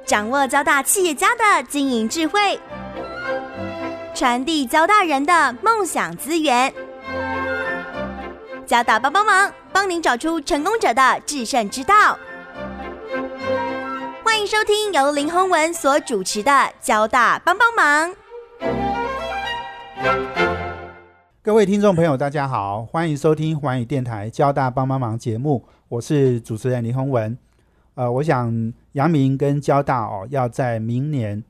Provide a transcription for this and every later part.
掌握交大企业家的经营智慧，传递交大人的梦想资源。交大帮帮忙，帮您找出成功者的制胜之道。欢迎收听由林宏文所主持的交大帮帮忙。 各位听众朋友大家好，欢迎收听寰宇电台交大帮帮忙节目，我是主持人林宏文。我想阳明跟交大要在明年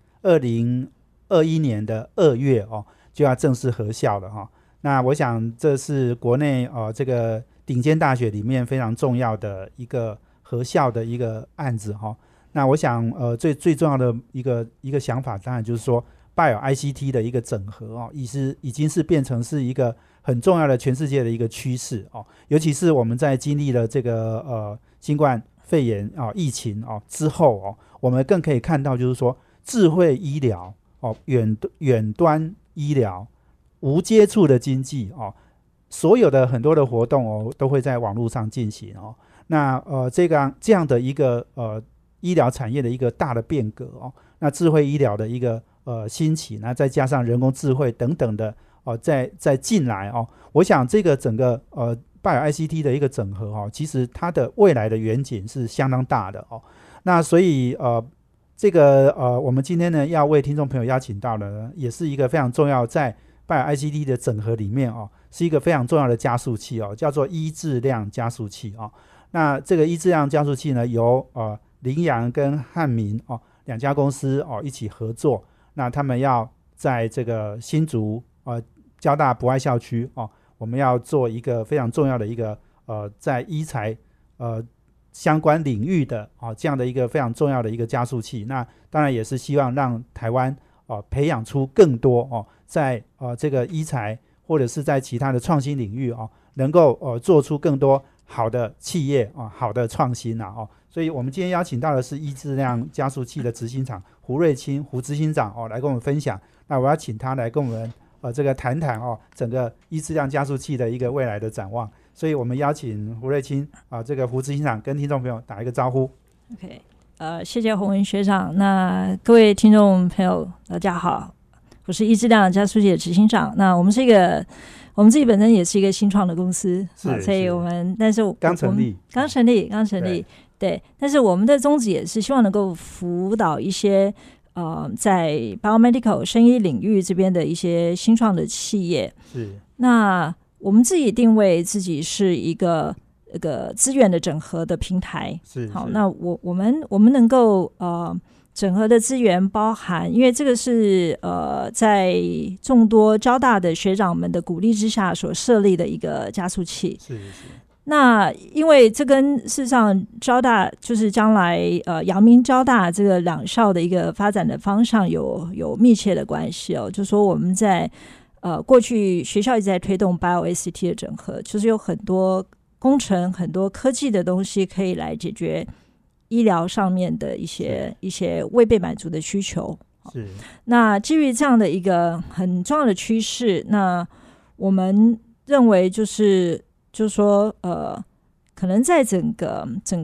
2021年的2月就要正式合校了那我想这是国内这个顶尖大学里面非常重要的一个合校的一个案子那我想最重要的一个想法当然就是说Bio-ICT 的一个整合已经是变成是一个很重要的全世界的一个趋势尤其是我们在经历了这个新冠肺炎疫情之后我们更可以看到就是说智慧医疗远端医疗无接触的经济所有的很多的活动都会在网络上进行那这样的一个医疗产业的一个大的变革那智慧医疗的一个兴起，那再加上人工智慧等等的再进来我想这个整个Bio-ICT 的一个整合其实它的未来的远景是相当大的那所以这个我们今天呢要为听众朋友邀请到的也是一个非常重要，在Bio-ICT 的整合里面是一个非常重要的加速器叫做一质量加速器那这个一质量加速器呢由羚羊跟汉民两家公司一起合作，那他们要在这个新竹交大博爱校区我们要做一个非常重要的一个在医材相关领域的这样的一个非常重要的一个加速器，那当然也是希望让台湾培养出更多在这个医材或者是在其他的创新领域能够做出更多好的企业好的创新所以我们今天邀请到的是一质量加速器的执行长胡瑞清胡执行长来跟我们分享，那我要请他来跟我们这个谈谈整个一质量加速器的一个未来的展望，所以我们邀请胡瑞清这个胡执行长跟听众朋友打一个招呼。 OK， 谢谢宏文学长。那各位听众朋友大家好，我是一质量加速器的执行长。那我们是一个我们自己本身也是一个新创的公司，所以我们但是刚成立对，但是我们的宗旨也是希望能够辅导一些在 biomedical 生医领域这边的一些新创的企业。 是， 那我们自己定位自己是一个资源的整合的平台。好，那我们能够整合的资源包含，因为这个是在众多交大的学长们的鼓励之下所设立的一个加速器。 是。 那因为这跟事实上交大就是将来阳明交大这个两校的一个发展的方向有密切的关系就说我们在过去学校一直在推动 Bio-ICT 的整合，就是有很多工程很多科技的东西可以来解决医疗上面的一些未被满足的需求。 是。 那基于这样的一个很重要的趋势，那我们认为就是说可能在整个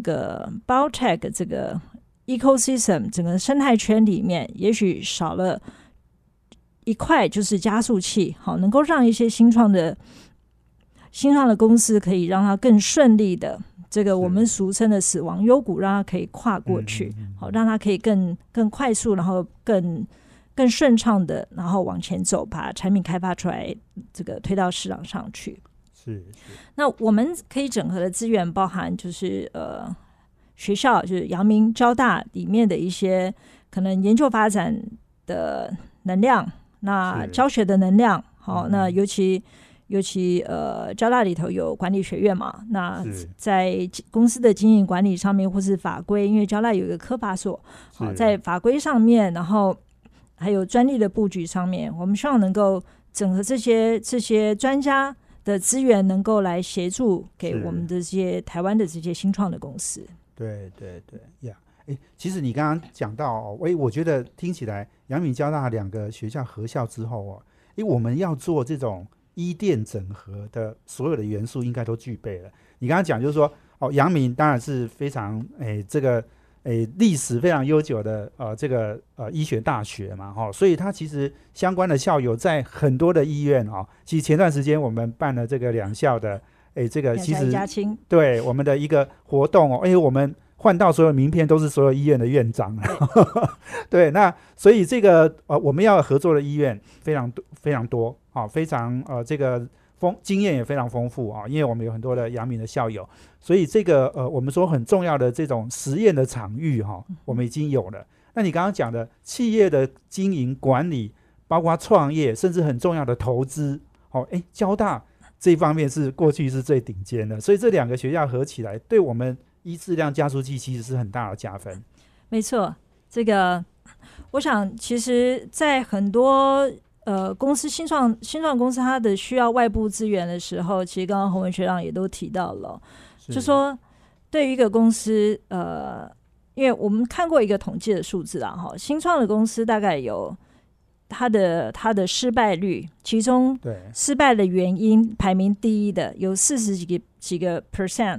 Biotech 这个 ecosystem 整个生态圈里面，也许少了一块就是加速器，好，能够让一些新创的公司可以让它更顺利的这个我们俗称的死亡幽谷，让它可以跨过去，好，让它可以更快速，然后更顺畅的然后往前走，把产品开发出来，这个推到市场上去。 是。 那我们可以整合的资源包含就是学校就是阳明交大里面的一些可能研究发展的能量，那教学的能量，好，那尤其交大里头有管理学院嘛，那在公司的经营管理上面或是法规，因为交大有一个科法所，好，在法规上面，然后还有专利的布局上面，我们希望能够整合这些专家的资源，能够来协助给我们的这些台湾的这些新创的公司。 对呀，其实你刚刚讲到我觉得听起来阳明交大两个学校合校之后我们要做这种医电整合的所有的元素应该都具备了。你刚刚讲就是说阳明当然是非常这个历史非常悠久的这个医学大学嘛，所以它其实相关的校友在很多的医院其实前段时间我们办了这个两校的这个其实对我们的一个活动我们换到所有名片都是所有医院的院长对那所以这个我们要合作的医院非常多非常这个经验也非常丰富因为我们有很多的阳明的校友，所以这个我们说很重要的这种实验的场域我们已经有了。那你刚刚讲的企业的经营管理，包括创业，甚至很重要的投资交大这一方面是过去是最顶尖的，所以这两个学校合起来对我们医质量加速器其实是很大的加分。 没错，这个我想其实在很多公司新创公司它的需要外部资源的时候，其实刚刚洪文学长也都提到了，就说对于一个公司因为我们看过一个统计的数字新创的公司大概有它的失败率，其中失败的原因排名第一的有40几个 percent，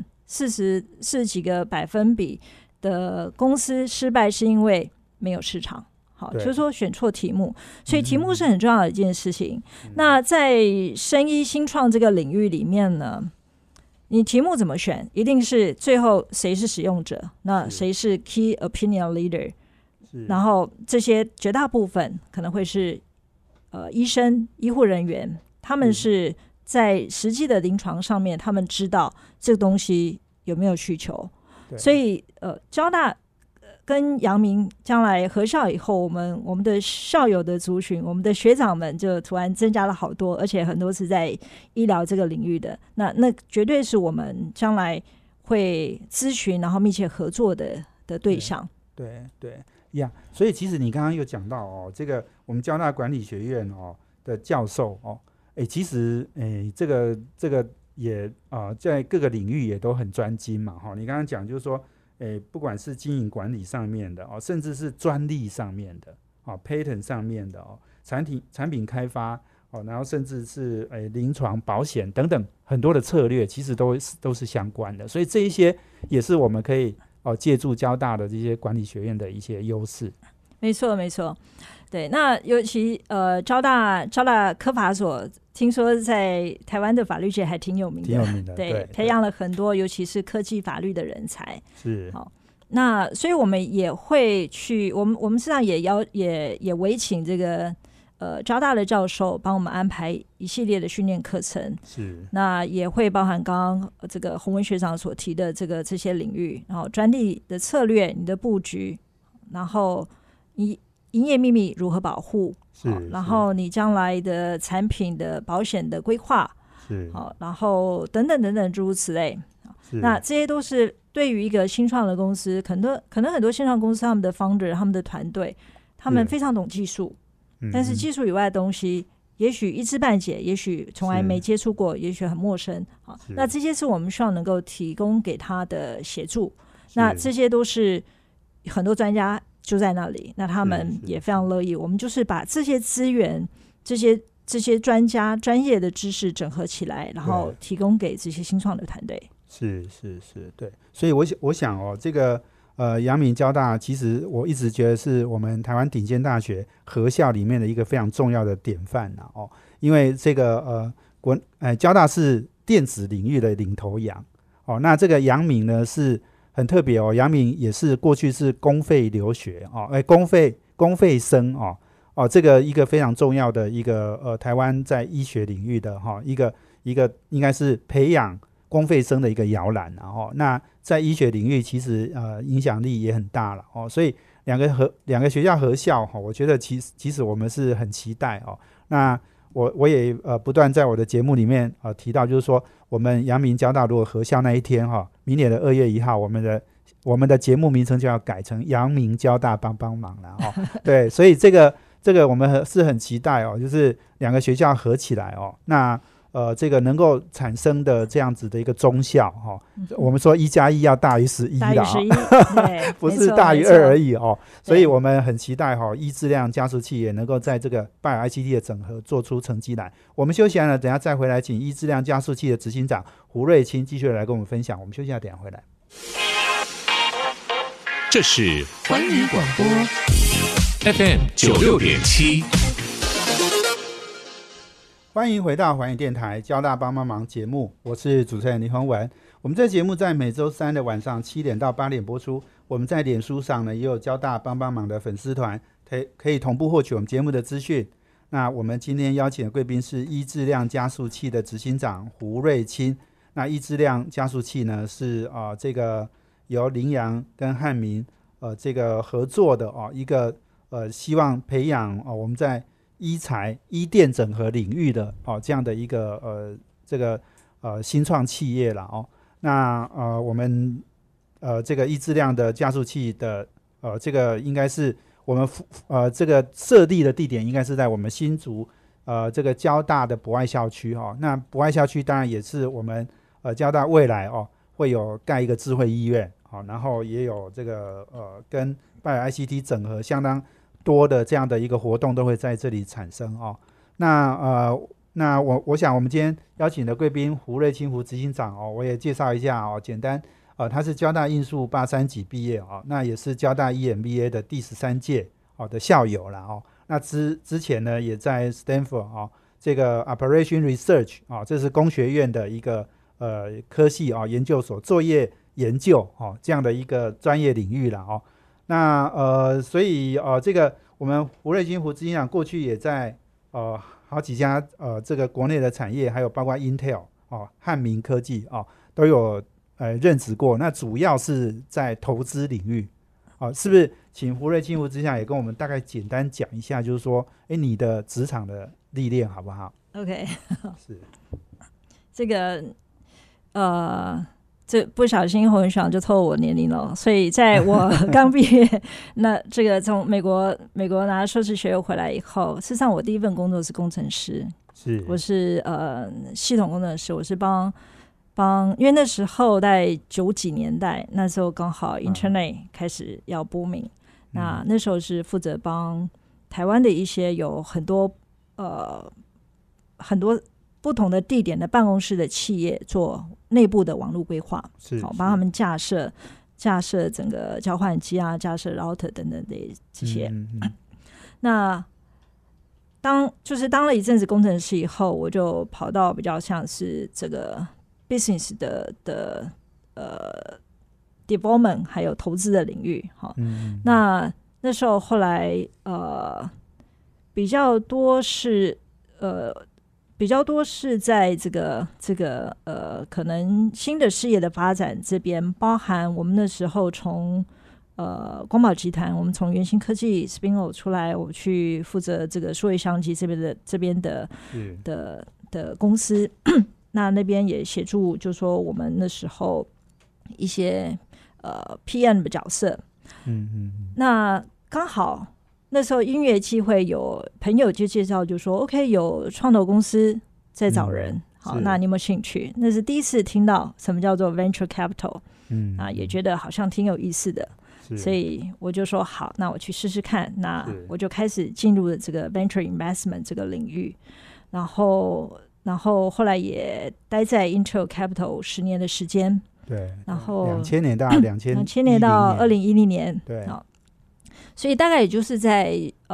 40几个百分比的公司失败是因为没有市场，好，就是说选错题目，所以题目是很重要的一件事情。那在生医新创这个领域里面呢，你题目怎么选，一定是最后谁是使用者，那谁是 key opinion leader， 然后这些绝大部分可能会是医生、医护人员，他们是在实际的临床上面，他们知道这个东西有没有需求，所以交大跟阳明将来合校以后，我们的校友的族群，我们的学长们就突然增加了好多，而且很多是在医疗这个领域的，那绝对是我们将来会咨询然后密切合作的对象。 对呀，所以其实你刚刚有讲到这个我们交大管理学院的教授其实这个也在各个领域也都很专精嘛你刚刚讲就是说不管是经营管理上面的甚至是专利上面的patent 上面的产品开发然后甚至是临床保险等等很多的策略其实都是相关的，所以这一些也是我们可以借助交大的这些管理学院的一些优势。 没错对，那尤其交大科法所听说在台湾的法律界还挺有名的，对，培养了很多尤其是科技法律的人才。是好，那所以我们也会去，我们实际上也委请这个交大的教授帮我们安排一系列的训练课程。是，那也会包含刚刚这个洪文学长所提的这些领域，然后专利的策略、你的布局，然后你营业秘密如何保护，然后你将来的产品的保险的规划，然后等等诸如此类。那这些都是对于一个新创的公司，可能很多新创公司他们的 founder 他们的团队他们非常懂技术，但是技术以外的东西也许一知半解，也许从来没接触过，也许很陌生。那这些是我们需要能够提供给他的协助，那这些都是很多专家就在那里，那他们也非常乐意，我们就是把这些资源这些专家专业的知识整合起来，然后提供给这些新创的团队。是， 对，所以我想这个阳明交大其实我一直觉得是我们台湾顶尖大学合校里面的一个非常重要的典范因为这个交大是电子领域的领头羊那这个阳明呢是很特别阳明也是过去是公费留学公费生这个一个非常重要的一个台湾在医学领域的一个应该是培养公费生的一个摇篮那在医学领域其实影响力也很大了所以两个学校合校我觉得其实我们是很期待那我也不断在我的节目里面提到，就是说我们阳明交大如果合校那一天明年的2月1号我们的节目名称就要改成阳明交大帮忙了对，所以这个我们是很期待就是两个学校合起来那这个能够产生的这样子的一个忠效我们说1+1要大于11 啦不是大于2而已所以我们很期待医质量加速器也能够在这个 Bio-ICT 的整合做出成绩来。我们休息完了，等一下再回来请医质量加速器的执行长胡瑞清继续来跟我们分享。我们休息一下，等一下回来。 这是环宇广播 FM96.7。 欢迎回到环宇电台交大帮帮忙节目，我是主持人林宏文。我们这节目在每周三的晚上7点到8点播出。我们在脸书上呢也有交大帮帮忙的粉丝团，可以同步获取我们节目的资讯。那我们今天邀请的贵宾是一质量加速器的执行长胡瑞清。那一质量加速器呢是这个由林阳跟汉民这个合作的一个希望培养我们在医材医电整合领域的这样的一个这个新创企业啦那我们这个一质量的加速器的这个应该是我们这个设立的地点应该是在我们新竹这个交大的博爱校区那博爱校区当然也是我们交大未来会有盖一个智慧医院然后也有这个跟拜 ICT 整合相当多的这样的一个活动都会在这里产生那我想我们今天邀请的贵宾胡瑞清胡执行长我也介绍一下简单他是交大应数83级毕业那也是交大 EMBA 的第13届的校友啦那之前呢也在 Stanford 这个 Operation Research 这是工学院的一个科系研究所作业研究这样的一个专业领域啦那所以这个我们胡瑞清胡执行长过去也在好几家这个国内的产业还有包括 Intel 汉民科技都有任职过，那主要是在投资领域是不是请胡瑞清胡执行长也跟我们大概简单讲一下，就是说你的职场的历练好不好？ OK 是这个这不小心洪文爽就透露我年龄了，所以在我刚毕业那这个从美国拿硕士学位回来以后，事实上我第一份工作是工程师，我是系统工程师，我是帮因为那时候在90几年代，那时候刚好 Internet 开始要booming，那时候是负责帮台湾的一些有很多不同的地点的办公室的企业做内部的网络规划，帮他们架设整个交换机架设 router 等等的这些。那当了一阵子工程师以后，我就跑到比较像是这个 business 的development 还有投资的领域那时候后来比较多是在这个可能新的事业的发展这边，包含我们那时候从光宝集团，我们从元芯科技 spin off 出来，我去负责这个数位相机这边的公司那边也协助，就是说我们那时候一些PM 的角色那刚好那时候音乐机会，有朋友就介绍，就说 OK 有创投公司在找人好，那你有没有兴趣？那是第一次听到什么叫做 venture capital也觉得好像挺有意思的，所以我就说好，那我去试试看，那我就开始进入了这个 venture investment 这个领域，然后后来也待在 Intel Capital 10年的时间， 对， 然后 2000年到2000 年到2010年， 对， 所以大概也就是在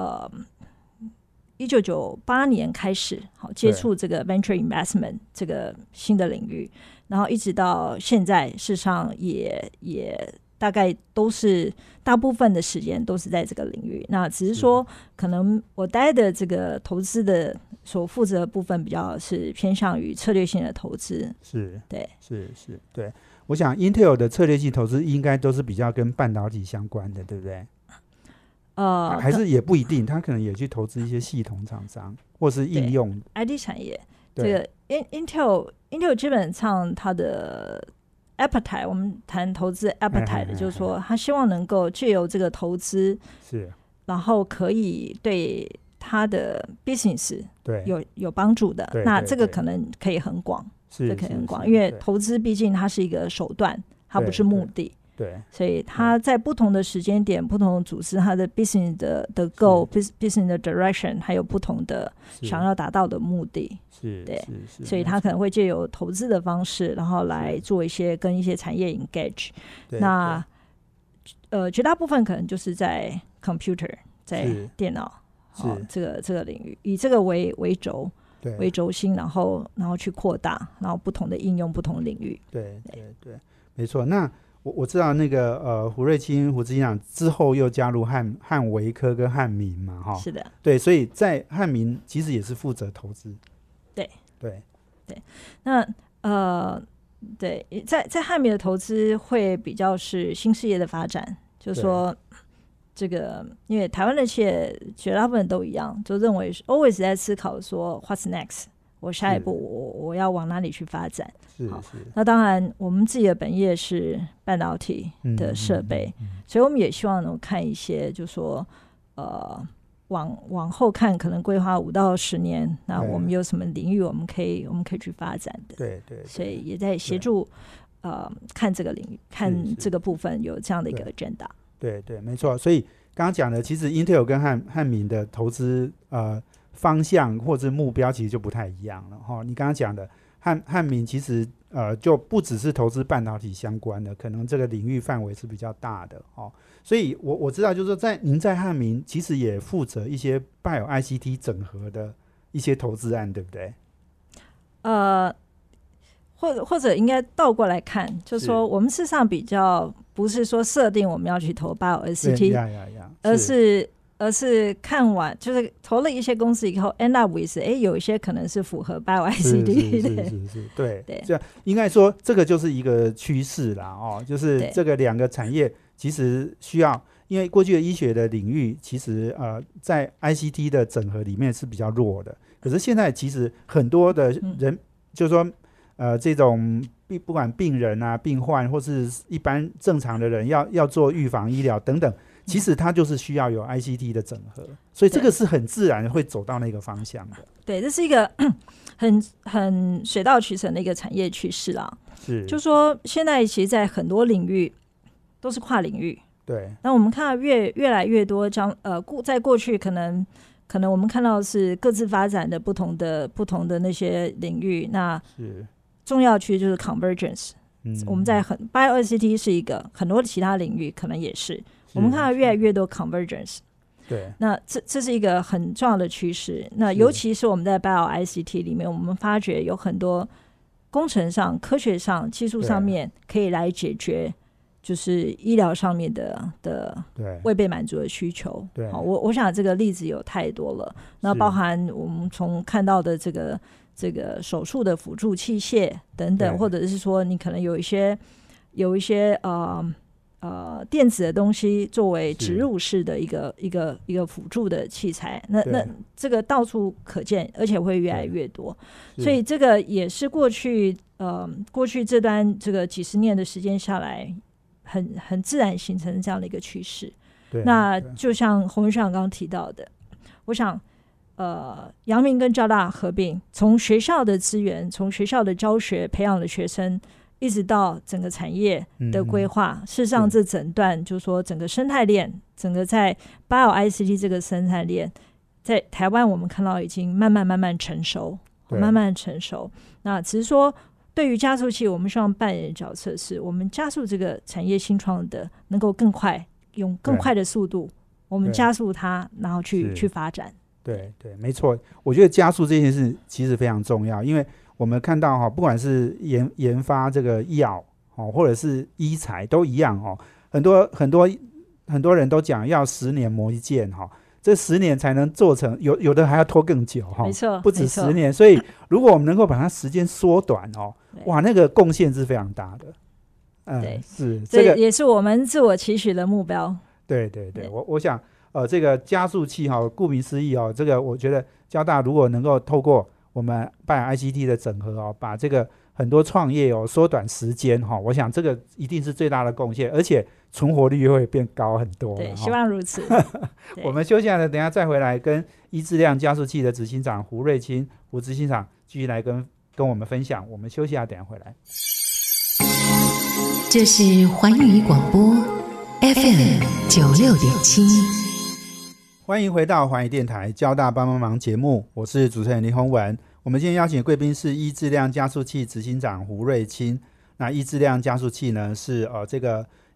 1998年开始接触这个 venture investment 这个新的领域，然后一直到现在，事实上也大概都是大部分的时间都是在这个领域，那只是说可能我待的这个投资的所负责的部分比较是偏向于策略性的投资，对， 对。我想 Intel 的策略性投资应该都是比较跟半导体相关的，对不对？还是也不一定，他可能也去投资一些系统厂商或是应用 IT 产业。这个 Intel 基本上它的 appetite， 我们谈投资 appetite 的，就是说他希望能够借由这个投资然后可以对他的 business 有帮助的，那这个可能可以很广，因为投资毕竟它是一个手段，它不是目的， 对， 所以他在不同的时间点、不同的组织，他的 business 的 goal、business 的 direction， 还有不同的想要达到的目的，对，所以他可能会借由投资的方式，然后来做一些跟一些产业 engage。那绝大部分可能就是在 computer 在电脑这个领域，以这个为轴心，然后去扩大，然后不同的应用不同的领域。 对，没错。那我知道那个胡瑞清胡执行长之后又加入汉微科跟汉民嘛， 是的， 对，所以在汉民其实也是负责投资。对， 那对，在汉民的投资会比较是新事业的发展，就是说这个，因为台湾的企业绝大部分都一样，就认为 always 在思考说 what's next， 我下一步我要往哪里去发展。 是。 那当然我们自己的本业是半导体的设备，所以我们也希望能看一些就是说往后看，可能规划5到10年，那我们有什么领域我们可以去发展的。 对， 所以也在协助看这个领域，看这个部分有这样的一个 agenda。对， 没错。所以刚刚讲的，其实 Intel 跟汉民的投资方向或者目标其实就不太一样了你刚刚讲的汉民其实就不只是投资半导体相关的，可能这个领域范围是比较大的所以我知道就是说您在汉民其实也负责一些 Bio ICT 整合的一些投资案，对不对？ 或者应该倒过来看，就是说我们事实上比较不是说设定我们要去投 Bio ICT，而是看完就是投了一些公司以后 end up with 有一些可能是符合 Bio ICT 的， 是，对，这样应该说这个就是一个趋势啦就是这个两个产业其实需要，因为过去的医学的领域其实在 ICT 的整合里面是比较弱的，可是现在其实很多的人就是说这种不管病人啊病患或是一般正常的人要做预防医疗等等，其实它就是需要有 ICT 的整合，所以这个是很自然会走到那个方向的。 对，这是一个很水到渠成的一个产业趋势啦。 是， 就说现在其实在很多领域都是跨领域。 对， 那我们看到越来越多在过去可能我们看到的是各自发展的不同的那些领域，那是重要区就是 convergence。我们在Bio ICT 是一个，很多其他领域可能也是，我们看到越来越多 convergence。 对， 那这是一个很重要的趋势。那尤其是我们在 Bio ICT 里面，我们发觉有很多工程上、科学上、技术上面可以来解决，就是医疗上面的未被满足的需求。 对， 我想这个例子有太多了。那包含我们从看到的这个手术的辅助器械等等，或者是说你可能有一些电子的东西作为植入式的一个辅助的器材，那这个到处可见，而且会越来越多。所以这个也是过去这段这个几十年的时间下来，很自然形成这样的一个趋势。那就像洪文学长刚刚提到的，我想阳明跟交大合并，从学校的资源，从学校的教学培养的学生，一直到整个产业的规划，事实上这整段就是说整个生态链，整个在 Bio ICT 这个生态链，在台湾我们看到已经慢慢成熟，那只是说对于加速器，我们希望扮演的角色是我们加速这个产业新创的能够更快，用更快的速度，我们加速它，然后去发展。 对，没错，我觉得加速这件事其实非常重要，因为我们看到不管是研发这个药或者是医材都一样很多人都讲要10年磨一剑这10年才能做成，有的还要拖更久没错， 不止10年。所以如果我们能够把它时间缩短哇，那个贡献是非常大的。 对， 是这个也是我们自我期许的目标。 对，我想这个加速器顾名思义这个我觉得交大如果能够透过我们Bio ICT 的整合把这个很多创业缩短时间我想这个一定是最大的贡献，而且存活率会变高很多。 对，希望如此。 我们休息下来，等一下再回来跟医质量加速器的执行长胡瑞清胡执行长继续来跟我们分享。我们休息下，等一下回来。 这是环宇广播 FM 96.7。 欢迎回到环宇电台交大帮帮忙节目，我是主持人林宏文。我们今天邀请的贵宾是医质量加速器执行长胡瑞清。那医质量加速器呢是这个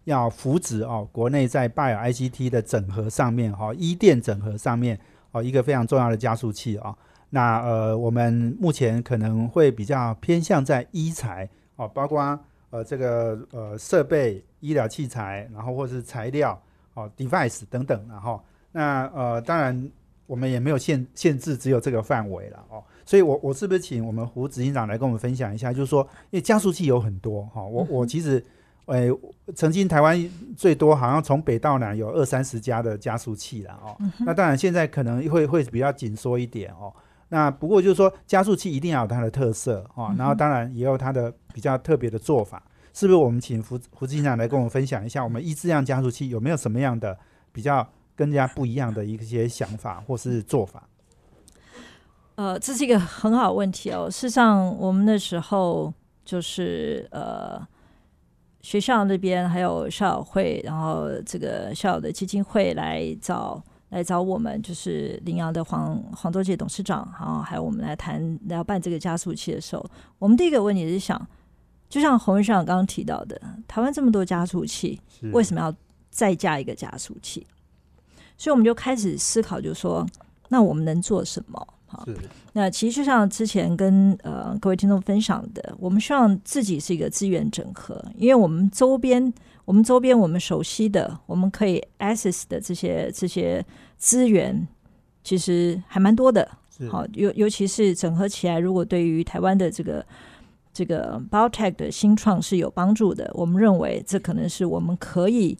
要扶植国内在 Bio ICT 的整合上面医电整合上面一个非常重要的加速器那我们目前可能会比较偏向在医材包括这个设备、医疗器材，然后或是材料device 等等，然后那当然我们也没有限制只有这个范围了所以我是不是请我们胡执行长来跟我们分享一下，就是说因为加速器有很多我其实曾经台湾最多好像从北到南有20-30家的加速器啦那当然现在可能会比较紧缩一点那不过就是说加速器一定要有它的特色然后当然也有它的比较特别的做法，是不是我们请胡执行长来跟我们分享一下，我们质量加速器有没有什么样的比较跟人家不一样的一些想法或是做法？ 这是一个很好的问题事实上我们那时候就是学校那边还有校友会，然后这个校友的基金会来找我们，就是羚羊的黄多介董事长，然后还有我们来办这个加速器的时候，我们第一个问题是想，就像洪文校长刚刚提到的，台湾这么多加速器，为什么要再加一个加速器？所以我们就开始思考，就是说，那我们能做什么？那其实就像之前跟各位听众分享的，我们希望自己是一个资源整合，因为我们周边我们熟悉的，我们可以 access 的这些资源，其实还蛮多的。好，尤其是整合起来，如果对于台湾的这个 biotech 的新创是有帮助的，我们认为这可能是我们可以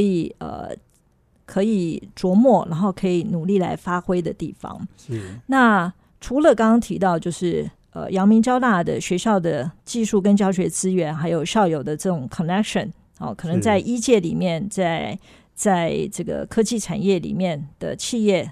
琢磨，然后可以努力来发挥的地方。那除了刚刚提到就是阳明交大的学校的技术跟教学资源，还有校友的这种 connection，可能在医界里面，在这个科技产业里面的企业，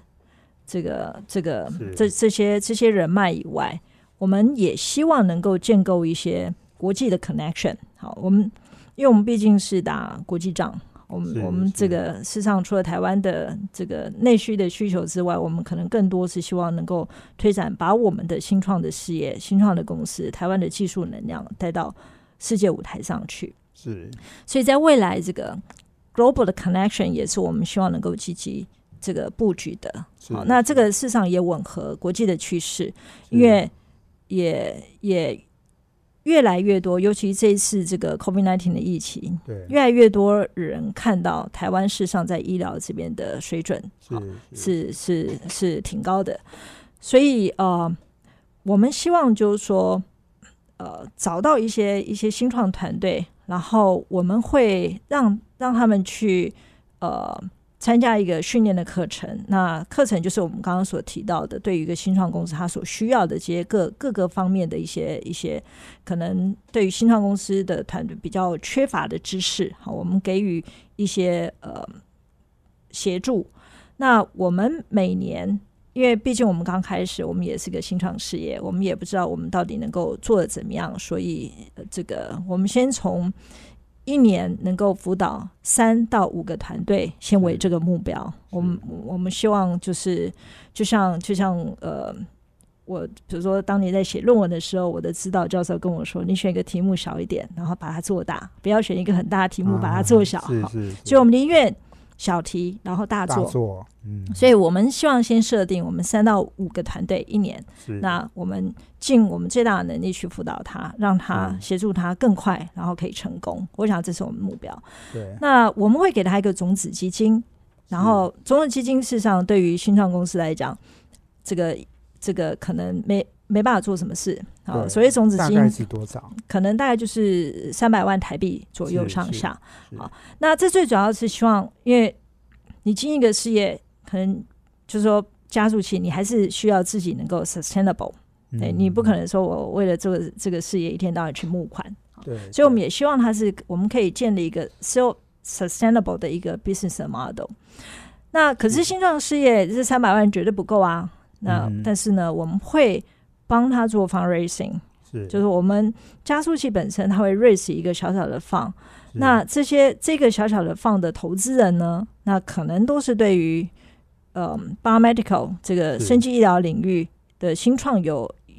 这些人脉以外，我们也希望能够建构一些国际的 connection。好，因为我们毕竟是打国际仗。我们这个事实上除了台湾的这个内需的需求之外，我们可能更多是希望能够推展，把我们的新创的事业、新创的公司、台湾的技术能量带到世界舞台上去。所以在未来这个 global 的 connection 也是我们希望能够积极这个布局的。好，那这个事实上也吻合国际的趋势，因为也越来越多，尤其这一次这个 COVID-19 的疫情，越来越多人看到台湾事实上在医疗这边的水准是挺高的，所以我们希望就是说找到一些新创团队，然后我们会让他们去参加一个训练的课程，那课程就是我们刚刚所提到的，对于一个新创公司它所需要的这些各个方面的一些可能对于新创公司的团队比较缺乏的知识，好，我们给予一些协助。那我们每年，因为毕竟我们刚开始，我们也是个新创事业，我们也不知道我们到底能够做得怎么样，所以这个我们先从1年能够辅导3到5个团队，先为这个目标。我们希望就是就像我比如说当年在写论文的时候，我的指导教授跟我说，你选一个题目小一点，然后把它做大，不要选一个很大的题目把它做小。所以我们宁愿小题然后大做。所以我们希望先设定我们3到5个团队1年，那我们尽我们最大的能力去辅导他，让他协助他更快，然后可以成功。我想这是我们目标。那我们会给他一个种子基金，然后种子基金事实上对于新创公司来讲，这个可能没办法做什么事。所以种子基金大概是多少？可能大概就是300万台币左右上下。好，那这最主要是希望，因为你经营一个事业，可能就是说加速器，你还是需要自己能够 sustainable。你不可能说我为了做这个事业一天到晚去募款。所以我们也希望我们可以建立一个 self sustainable 的一个 business model。那可是新创事业这300万绝对不够啊。但是呢，我们会帮他做 fundraising， 就是我们加速器本身它会 raise 一个小小的 fund， 那这个小小的 fund 的投资人呢，那可能都是对于biomedical 这个生技医疗领域的新创有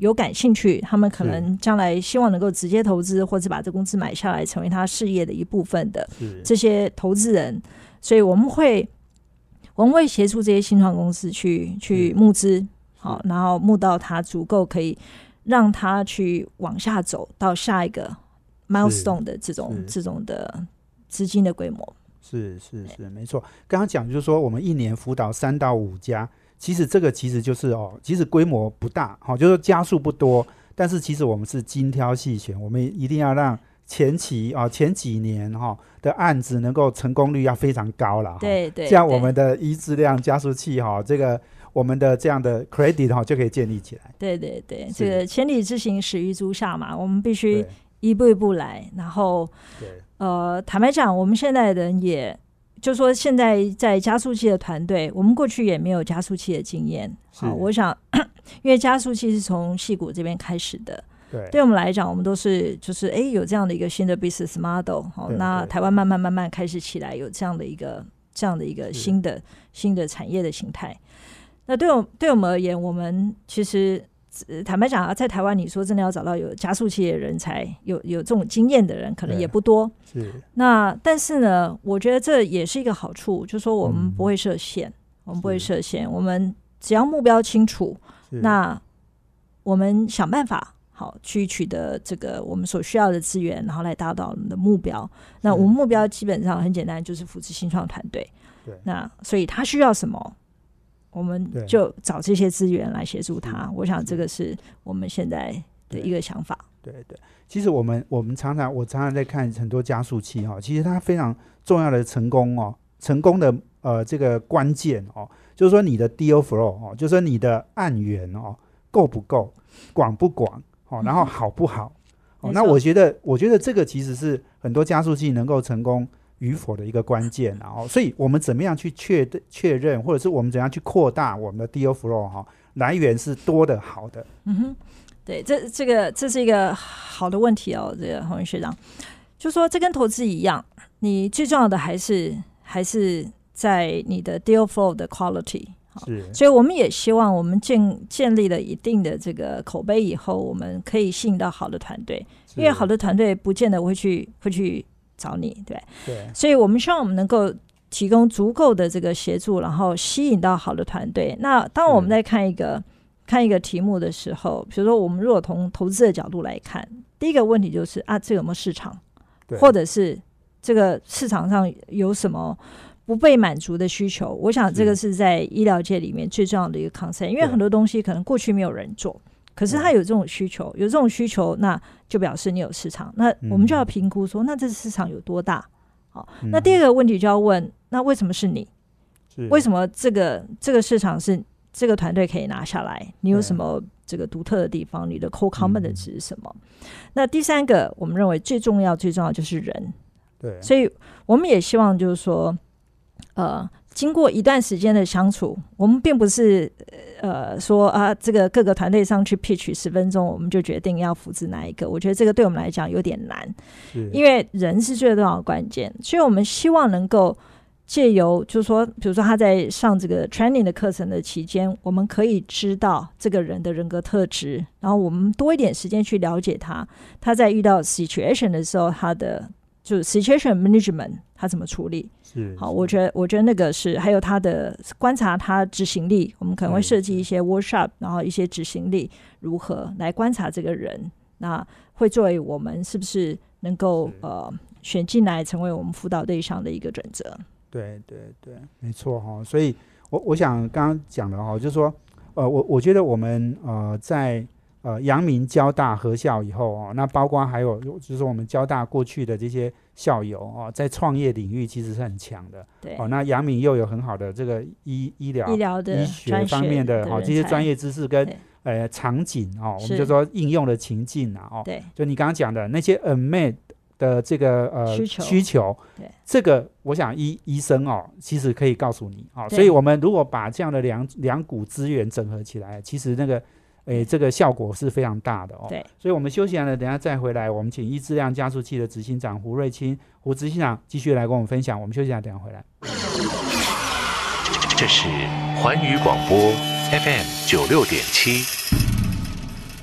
有感兴趣，他们可能将来希望能够直接投资，或者把这公司买下来，成为他事业的一部分的这些投资人，所以我们会协助这些新创公司去募资，好，然后募到他足够可以让他去往下走到下一个 milestone 的这种的资金的规模。 是，没错。刚刚讲就是说，我们一年辅导3到5家，其实这个其实就是其实规模不大，就是家数不多，但是其实我们是精挑细选，我们一定要让前几年的案子能够成功率要非常高了。 对， 这样我们的质量加速器这个我们的这样的 credit 就可以建立起来。 对，这个千里之行始于足下嘛，我们必须一步一步来，然后坦白讲，我们现在的人也就说现在在加速器的团队，我们过去也没有加速器的经验。好，我想因为加速器是从矽谷这边开始的，对我们来讲，我们都是就是有这样的一个新的 business model。好，那台湾慢慢开始起来，有这样的一个新的产业的形态。那对我们而言，我们其实坦白讲在台湾你说真的要找到有加速器的人才，有这种经验的人可能也不多。那但是呢，我觉得这也是一个好处，就是说我们不会设限，我们只要目标清楚，那我们想办法好去取得这个我们所需要的资源，然后来达到我们的目标。那我们目标基本上很简单，就是扶持新创团队。那所以他需要什么，我们就找这些资源来协助他。我想这个是我们现在的一个想法。 对，其实我常常在看很多加速器其实它非常重要的成功的这个关键就是说你的 deal flow 就是说你的案源够不够，广不广然后好不好那我觉得这个其实是很多加速器能够成功与否的一个关键所以我们怎么样去确认，或者是我们怎样去扩大我们的 deal flow 来源是多的好的。 对，这是一个好的问题这个洪云学长就说这跟投资一样，你最重要的还是在你的 deal flow 的 quality。所以我们也希望我们建立了一定的这个口碑以后，我们可以吸引到好的团队，因为好的团队不见得会去找你，对，所以我们希望我们能够提供足够的这个协助，然后吸引到好的团队。那当我们在看一个题目的时候，比如说我们如果从投资的角度来看，第一个问题就是这有没有市场，或者是这个市场上有什么不被满足的需求。我想这个是在医疗界里面最重要的一个 concern， 因为很多东西可能过去没有人做，可是它有这种需求，那就表示你有市场。那我们就要评估说，那这市场有多大？好，那第二个问题就要问，那为什么是你？为什么这个市场是这个团队可以拿下来？你有什么这个独特的地方？你的 core competence 是什么？那第三个，我们认为最重要就是人。对，所以我们也希望就是说，经过一段时间的相处，我们并不是说这个各个团队上去 pitch 10分钟，我们就决定要扶持哪一个。我觉得这个对我们来讲有点难，因为人是最重要的关键。所以我们希望能够借由就是说，比如说他在上这个 training 的课程的期间，我们可以知道这个人的人格特质，然后我们多一点时间去了解他在遇到 situation 的时候，他的就是 situation management 他怎么处理。好，我觉得那个是，还有他的观察他执行力，我们可能会设计一些 workshop， 然后一些执行力如何来观察这个人，那会作为我们是不是能够选进来成为我们辅导对象的一个准则。 对，没错所以我想刚刚讲的就是说我觉得我们在阳明交大合校以后那包括还有就是说我们交大过去的这些校友在创业领域其实是很强的。对那阳明又有很好的这个医疗的医学方面的这些专业知识跟场景我们就说应用的情境对，就你刚刚讲的那些 unmet 的这个需求这个我想医生其实可以告诉你所以我们如果把这样的两股资源整合起来，其实那个这个效果是非常大的对，所以我们休息完了，等一下再回来，我们请医质量加速器的执行长胡瑞清胡执行长继续来跟我们分享。我们休息完，等一下回来。 这是环宇广播 FM 96.7。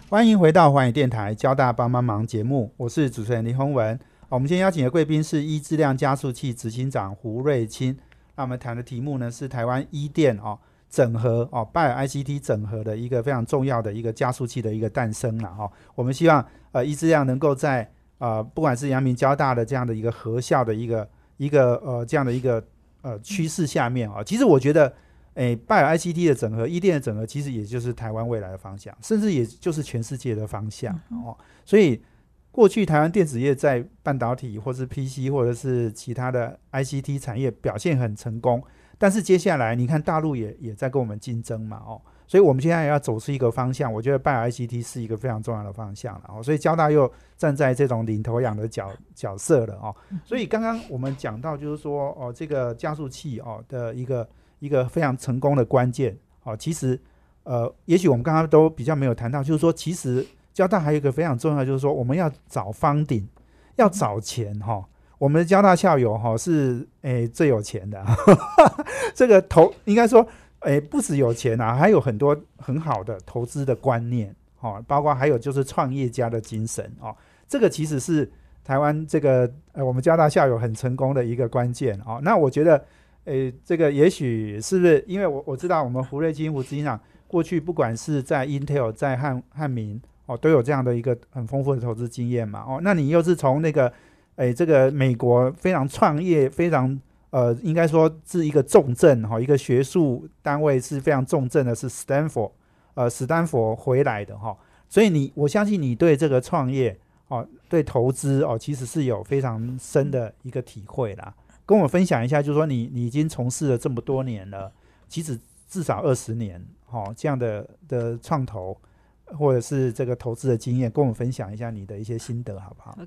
欢迎回到寰宇电台交大帮帮忙节目，我是主持人林宏文。我们今天邀请的贵宾是一质量加速器执行长胡瑞清。那我们谈的题目呢是台湾一电整合Bio ICT 整合的一个非常重要的一个加速器的一个诞生了我们希望一质量能够在不管是阳明交大的这样的一个合校的一个这样的一个趋势下面其实我觉得Bio ICT 的整合，一电的整合，其实也就是台湾未来的方向，甚至也就是全世界的方向所以过去台湾电子业在半导体或是 PC 或者是其他的 ICT 产业表现很成功，但是接下来你看大陆也在跟我们竞争嘛所以我们现在要走出一个方向，我觉得 Bio ICT 是一个非常重要的方向了所以交大又站在这种领头羊的角色了所以刚刚我们讲到就是说这个加速器的一个非常成功的关键其实也许我们刚刚都比较没有谈到，就是说其实交大还有一个非常重要的就是说我们要找funding，要找钱我们的交大校友是最有钱的这个应该说不只有钱还有很多很好的投资的观念包括还有就是创业家的精神这个其实是台湾这个我们交大校友很成功的一个关键那我觉得这个也许是不是因为我知道我们胡瑞清胡执行长过去不管是在 Intel 在汉明都有这样的一个很丰富的投资经验嘛那你又是从那个这个美国非常创业非常应该说是一个重镇一个学术单位是非常重镇的是史丹佛回来的所以我相信你对这个创业对投资其实是有非常深的一个体会啦。跟我分享一下，就是说你已经从事了这么多年了，其实至少20年这样的创投或者是这个投资的经验，跟我们分享一下你的一些心得好不好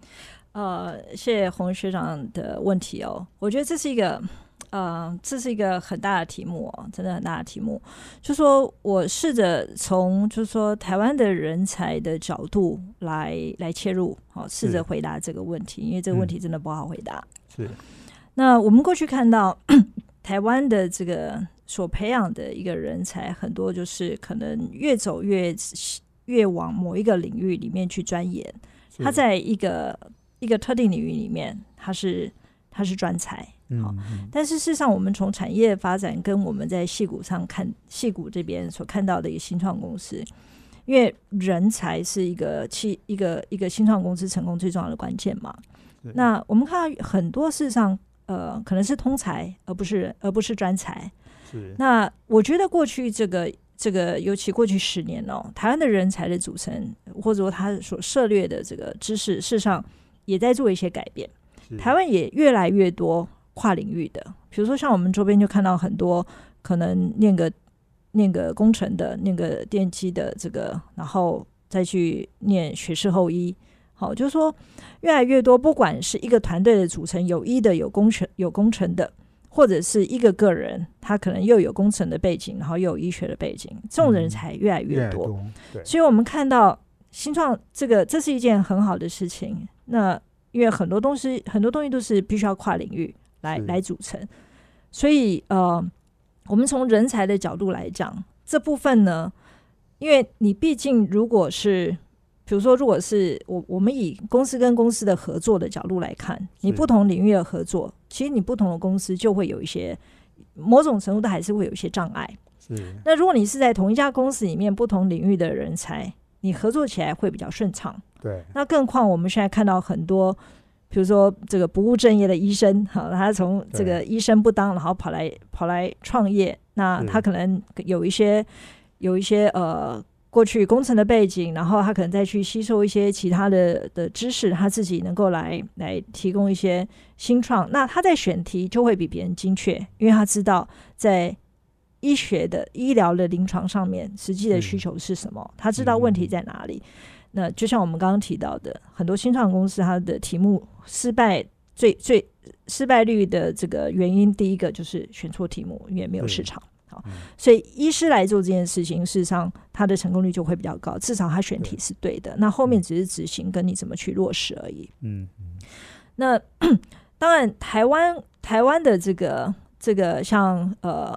？OK， 谢谢洪学长的问题我觉得这是一个很大的题目真的很大的题目。就说我试着从就是说台湾的人才的角度来切入试着回答这个问题，因为这个问题真的不好回答。 是。 那我们过去看到台湾的这个所培养的一个人才，很多就是可能越走越往某一个领域里面去钻研，他在一个特定领域里面他是专才但是事实上我们从产业发展跟我们在矽谷这边所看到的一个新创公司，因为人才是一个新创公司成功最重要的关键嘛。那我们看到很多事实上可能是通才而不是专才。是。那我觉得过去这个尤其过去10年台湾的人才的组成或者说他所涉猎的这个知识，事实上也在做一些改变。台湾也越来越多跨领域的，比如说像我们周边就看到很多可能念个工程的，念个电机的这个，然后再去念学士后医。好，就是说越来越多，不管是一个团队的组成，有医的，有工程的，或者是一个个人，他可能又有工程的背景，然后又有医学的背景，这种人才越来越多。对，所以我们看到新创这是一件很好的事情。那因为很多东西都是必须要跨领域来组成，所以我们从人才的角度来讲，这部分呢，因为你毕竟如果是比如说如果是我们以公司跟公司的合作的角度来看，你不同领域的合作，其实你不同的公司就会有一些某种程度的还是会有一些障碍。是。那如果你是在同一家公司里面不同领域的人才，你合作起来会比较顺畅。对。那更况我们现在看到很多比如说这个不务正业的医生，他从这个医生不当，然后跑来创业，那他可能有一些过去工程的背景，然后他可能再去吸收一些其他的知识，他自己能够来提供一些新创，那他在选题就会比别人精确，因为他知道在医疗的临床上面实际的需求是什么，他知道问题在哪里。那就像我们刚刚提到的，很多新创公司它的题目失败率的这个原因，第一个就是选错题目，因为没有市场。好，所以医师来做这件事情，事实上他的成功率就会比较高，至少他选题是对的，那后面只是执行跟你怎么去落实而已。那当然台湾的这个像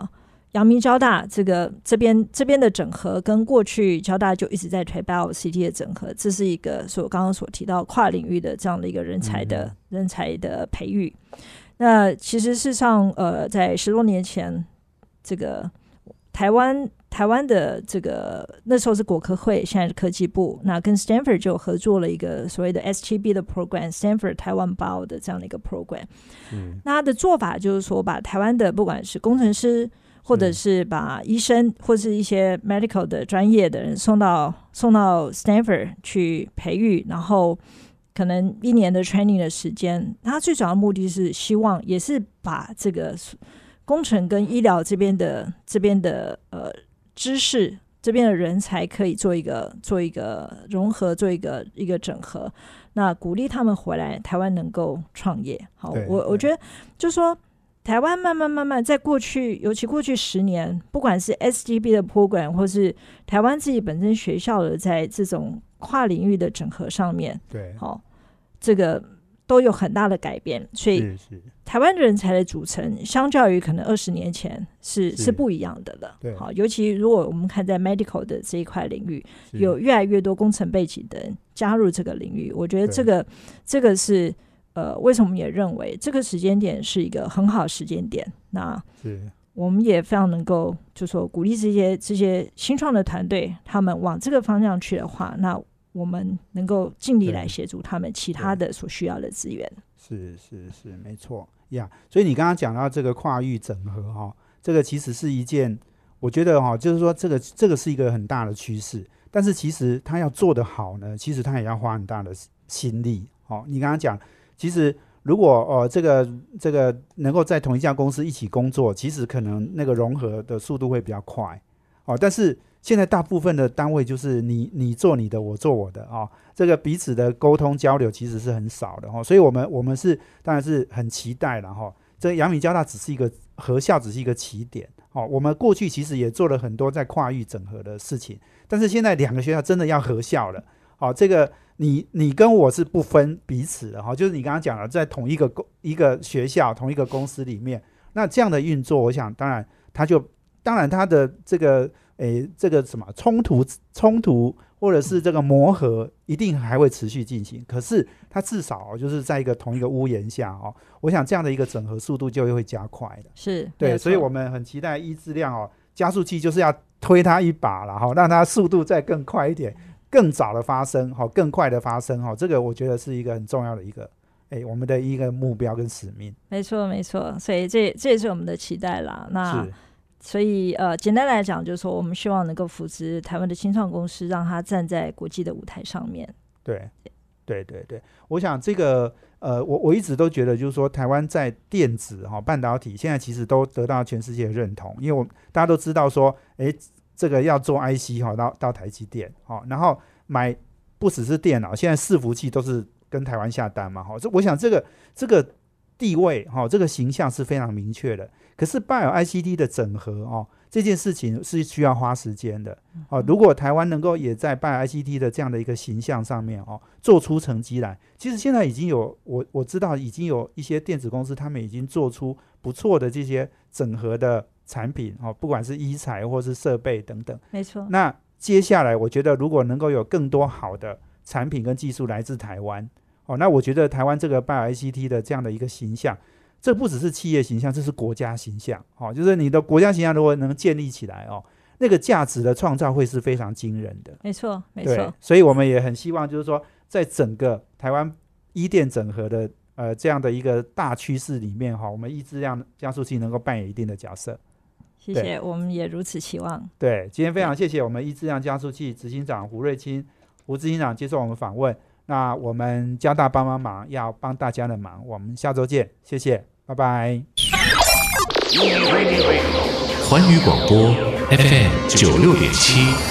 阳明交大这边的整合，跟过去交大就一直在推 BioCT 的整合，这是一个刚刚所提到跨领域的这样的一个人才的培育。那其实事实上，在10多年前，这个台湾的这个那时候是国科会，现在是科技部，那跟 Stanford 就合作了一个所谓的 S7B 的 program， Stanford 台湾 Bio 的这样的一个 program。那他的做法就是说，把台湾的不管是工程师，或者是把医生或是一些 medical 的专业的人送到 Stanford 去培育，然后可能1年的 training 的时间，他最主要的目的是希望也是把这个工程跟医疗这边的知识，这边的人才可以做一个融合，做一个整合，那鼓励他们回来台湾能够创业。好，我觉得就是说台湾慢慢在过去，尤其过去10年，不管是 SGB 的 program 或是台湾自己本身学校的在这种跨领域的整合上面， 对， 好，这个都有很大的改变，所以台湾人才的组成相较于可能20年前是不一样的了。好，尤其如果我们看在 medical 的这一块领域，有越来越多工程背景的人加入这个领域，我觉得这个是为什么我们也认为这个时间点是一个很好的时间点。那我们也非常能够就说鼓励这些新创的团队，他们往这个方向去的话，那我们能够尽力来协助他们其他的所需要的资源。是没错呀。所以你刚刚讲到这个跨域整合这个其实是一件，我觉得就是说这个是一个很大的趋势，但是其实他要做得好呢，其实他也要花很大的心力。你刚刚讲，其实如果这个能够在同一家公司一起工作，其实可能那个融合的速度会比较快。但是现在大部分的单位就是你做你的，我做我的这个彼此的沟通交流其实是很少的所以我们当然是很期待了这个阳明交大只是一个合校，只是一个起点我们过去其实也做了很多在跨域整合的事情，但是现在2个学校真的要合校了这个你跟我是不分彼此的就是你刚刚讲了，在同一个学校同一个公司里面，那这样的运作，我想当然它的这个什么冲突或者是这个磨合一定还会持续进行，可是它至少就是在同一个屋檐下我想这样的一个整合速度就会加快的。 是对，所以我们很期待医质量加速器就是要推它一把啦让它速度再更快一点，更早的发生更快的发生这个我觉得是一个很重要的一个我们的一个目标跟使命。 没错，所以这也是我们的期待啦。那所以简单来讲就是说，我们希望能够扶持台湾的新创公司，让它站在国际的舞台上面。对， 我想这个我一直都觉得就是说，台湾在电子半导体现在其实都得到全世界的认同，因为大家都知道说这个要做 IC 到台积电然后买不只是电脑，现在伺服器都是跟台湾下单嘛我想这个地位这个形象是非常明确的。可是 BioICT 的整合这件事情是需要花时间的如果台湾能够也在 BioICT 的这样的一个形象上面做出成绩来，其实现在已经有我知道已经有一些电子公司，他们已经做出不错的这些整合的产品不管是医材或是设备等等。 没错。 那接下来我觉得如果能够有更多好的产品跟技术来自台湾那我觉得台湾这个 BioICT 的这样的一个形象，这不只是企业形象，这是国家形象就是你的国家形象如果能建立起来那个价值的创造会是非常惊人的。 没错。 所以我们也很希望就是说，在整个台湾医电整合的这样的一个大趋势里面我们医质量加速器能够扮演一定的角色。 谢谢，我们也如此期望。 对，今天非常谢谢我们医质量加速器执行长胡瑞清胡执行长接受我们访问。那我们交大帮忙要帮大家的忙，我们下周见，谢谢，拜拜。 环宇广播 FM 96.7